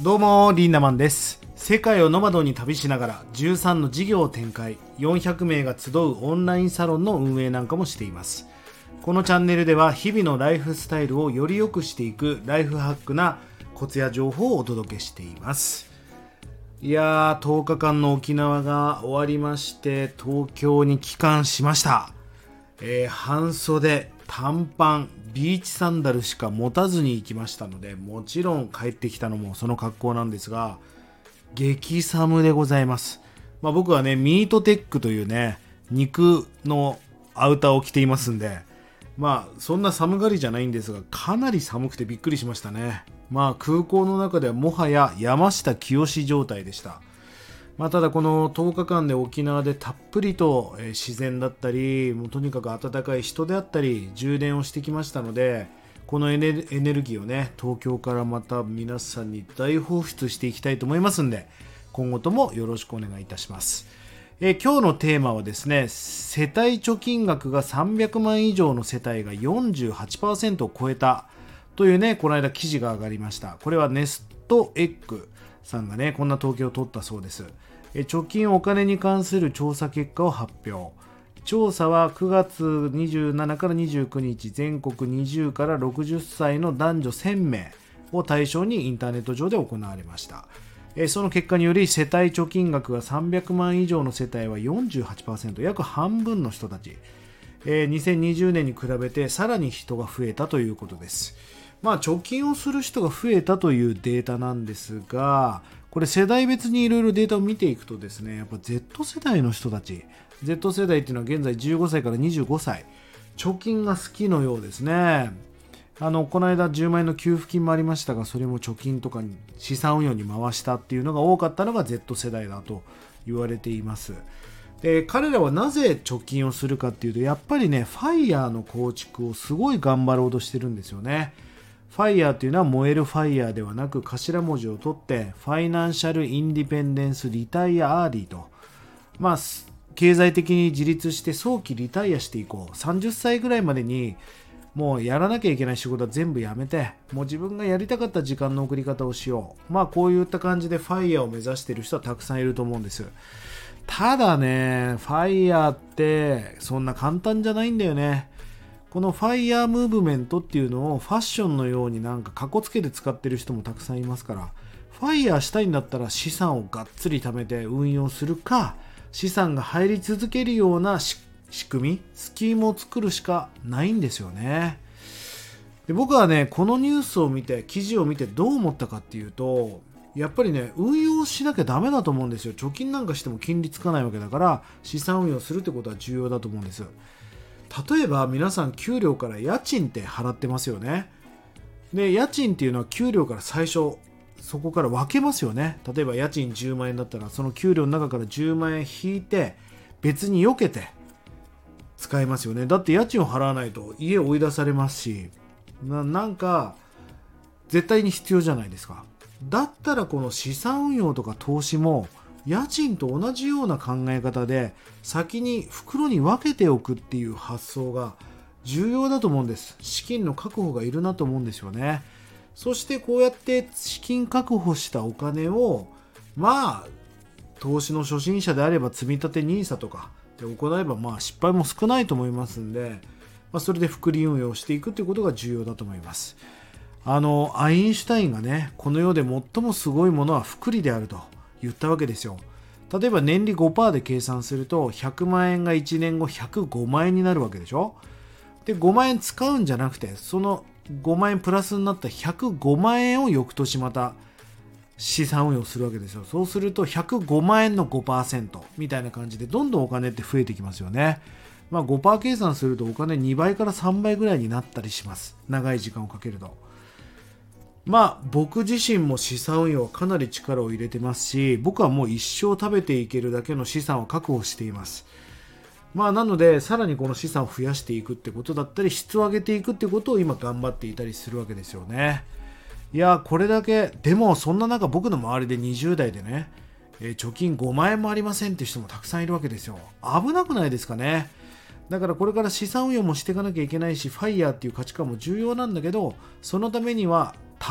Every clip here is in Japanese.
どうもリンダマンです。世界をノマドに旅しながら13の事業を展開、400名が集うオンラインサロンの運営なんかもしています。このチャンネルでは日々のライフスタイルをより良くしていくライフハックなコツや情報をお届けしています。いやー、10日間の沖縄が終わりまして東京に帰還しました。半袖、短パン、ビーチサンダルしか持たずに行きましたので、もちろん帰ってきたのもその格好なんですが、激寒でございます。僕はね、ミートテックというね、肉のアウターを着ていますんで、そんな寒がりじゃないんですが、かなり寒くてびっくりしましたね。空港の中ではもはや山下清状態でした。ただこの10日間で沖縄でたっぷりと自然だったり、もうとにかく暖かい人であったり充電をしてきましたので、このエネルギーをね、東京からまた皆さんに大放出していきたいと思いますんで、今後ともよろしくお願いいたします。今日のテーマはですね、世帯貯金額が300万以上の世帯が 48% を超えたというね、この間記事が上がりました。これはネストエッグさんがね、こんな統計を取ったそうです。貯金お金に関する調査結果を発表。調査は9月27から29日、全国20から60歳の男女1000名を対象にインターネット上で行われました。その結果により世帯貯金額が300万以上の世帯は 48%、約半分の人たち。2020年に比べてさらに人が増えたということです。貯金をする人が増えたというデータなんですが、これ世代別にいろいろデータを見ていくとですね、やっぱ Z 世代の人たち、Z 世代っていうのは現在15歳から25歳、貯金が好きのようですね。この間10万円の給付金もありましたが、それも貯金とかに資産運用に回したっていうのが多かったのが Z 世代だと言われています。で、彼らはなぜ貯金をするかっていうと、やっぱりね、ファイヤーの構築をすごい頑張ろうとしてるんですよね。ファイヤーというのは燃えるファイヤーではなく、頭文字を取ってファイナンシャルインディペンデンスリタイアアーリーと、経済的に自立して早期リタイアしていこう。30歳ぐらいまでにもうやらなきゃいけない仕事は全部やめて、もう自分がやりたかった時間の送り方をしよう。こういった感じでファイヤーを目指している人はたくさんいると思うんです。ただね、ファイヤーってそんな簡単じゃないんだよね。このファイヤームーブメントっていうのをファッションのようになんかかっこつけて使ってる人もたくさんいますから、ファイヤーしたいんだったら資産をがっつり貯めて運用するか、資産が入り続けるような仕組み、スキームを作るしかないんですよね。で、僕はね、このニュースを見て、記事を見てどう思ったかっていうと、やっぱりね、運用しなきゃダメだと思うんですよ。貯金なんかしても金利つかないわけだから、資産運用するってことは重要だと思うんです。例えば皆さん給料から家賃って払ってますよね。で、家賃っていうのは給料から最初そこから分けますよね。例えば家賃10万円だったら、その給料の中から10万円引いて別に避けて使えますよね。だって家賃を払わないと家を追い出されますし、なんか絶対に必要じゃないですか。だったらこの資産運用とか投資も家賃と同じような考え方で先に袋に分けておくっていう発想が重要だと思うんです。資金の確保がいるなと思うんですよね。そしてこうやって資金確保したお金を投資の初心者であれば積立 NISA とかで行えば失敗も少ないと思いますんで、それで複利運用していくということが重要だと思います。アインシュタインがね、この世で最もすごいものは複利であると言ったわけですよ。例えば年利 5% で計算すると100万円が1年後105万円になるわけでしょ。で、5万円使うんじゃなくて、その5万円プラスになった105万円を翌年また資産運用するわけですよ。そうすると105万円の 5% みたいな感じでどんどんお金って増えてきますよね。5% 計算するとお金2倍から3倍ぐらいになったりします。長い時間をかけると。僕自身も資産運用はかなり力を入れてますし、僕はもう一生食べていけるだけの資産を確保しています。なのでさらにこの資産を増やしていくってことだったり、質を上げていくってことを今頑張っていたりするわけですよね。いや、これだけでもそんな中、僕の周りで20代でね、貯金5万円もありませんっていう人もたくさんいるわけですよ。危なくないですかね。だからこれから資産運用もしていかなきゃいけないし、ファイヤーっていう価値観も重要なんだけど、そのためには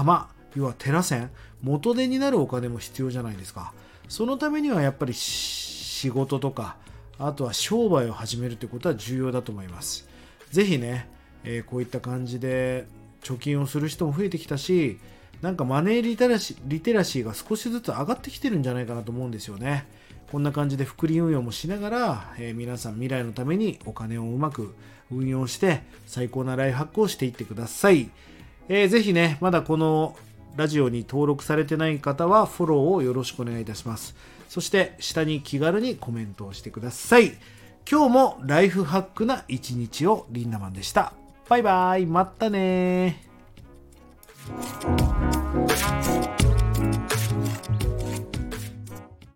要はテラセン、元手になるお金も必要じゃないですか。そのためにはやっぱり仕事とか、あとは商売を始めるということは重要だと思います。ぜひね、こういった感じで貯金をする人も増えてきたし、なんかマネーリテラシーが少しずつ上がってきてるんじゃないかなと思うんですよね。こんな感じで複利運用もしながら、皆さん未来のためにお金をうまく運用して最高なライフハックをしていってください。ぜひね、まだこのラジオに登録されてない方はフォローをよろしくお願いいたします。そして下に気軽にコメントをしてください。今日もライフハックな一日を。リンダマンでした。バイバイ、またね。